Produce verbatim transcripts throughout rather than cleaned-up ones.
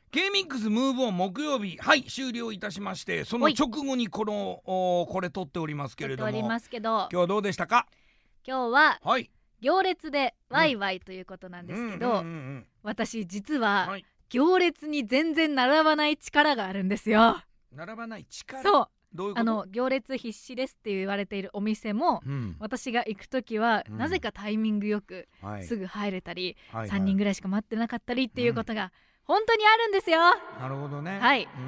K ミックスムーブオン木曜日、はい終了いたしまして、その直後にこのこれ撮っておりますけれども、撮っておりますけど、今日はどうでしたか？ 今日は、 はい、 行列でワイワイということなんですけど、私実は、はい、行列に全然並ばない力があるんですよ。並ばない力？そう、どういうこと？あの行列必至ですって言われているお店も、うん、私が行くときは、うん、なぜかタイミングよく、はい、すぐ入れたり、はいはい、さんにんぐらいしか待ってなかったりっていうことが、うん、本当にあるんですよ。なるほどね。はい、うん、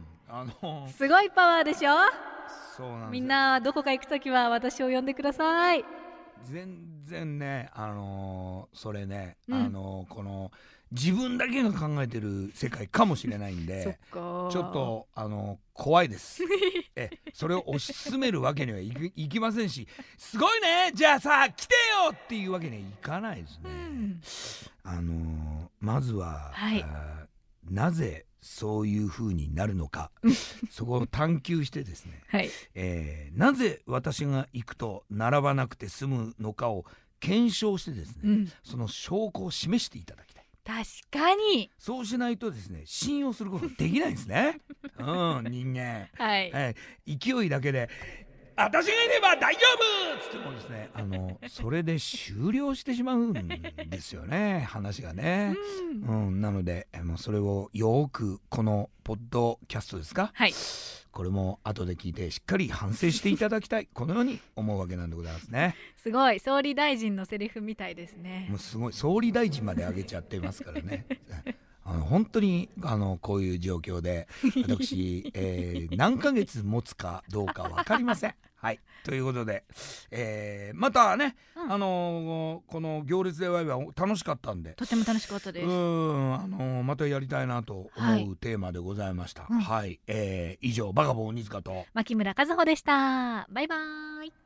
あのー、すごいパワーでしょ。そうなんです。みんなどこか行くときは私を呼んでください。 全然ね、あのー、それね、うん、あのー、この自分だけが考えてる世界かもしれないんでそっか、ちょっとあの怖いですえそれを推し進めるわけにはいき、いきませんし、すごいねじゃあさ来てよっていうわけにはいかないですね、うん、あのまずは、はい、なぜそういう風になるのかそこを探求してですね、はい、えー、なぜ私が行くと並ばなくて済むのかを検証してですね、うん、その証拠を示していただきたい。 確かにそうしないとですね信用することできないんですねうん、人間、はい、はい、勢いだけで私がいれば大丈夫っつってもですね、あのそれで終了してしまうんですよね話がね、うん、うん、なのでもうそれをよくこのポッドキャストですか、はい、これも後で聞いてしっかり反省していただきたいこのように思うわけなんでございますね。 すごい総理大臣のセリフみたいですね。 もうすごい総理大臣まで上げちゃってますからねあの本当にあのこういう状況で私、えー、何ヶ月持つかどうか分かりませんはい、ということで、えー、またね、うん、あのー、この行列でワイワイ楽しかったんで、 とても楽しかったです。うーん、あのー、またやりたいなと思うテーマでございました。はい、うん、はい、えー、以上バカボン鬼塚と牧村和穂でした。バイバーイ。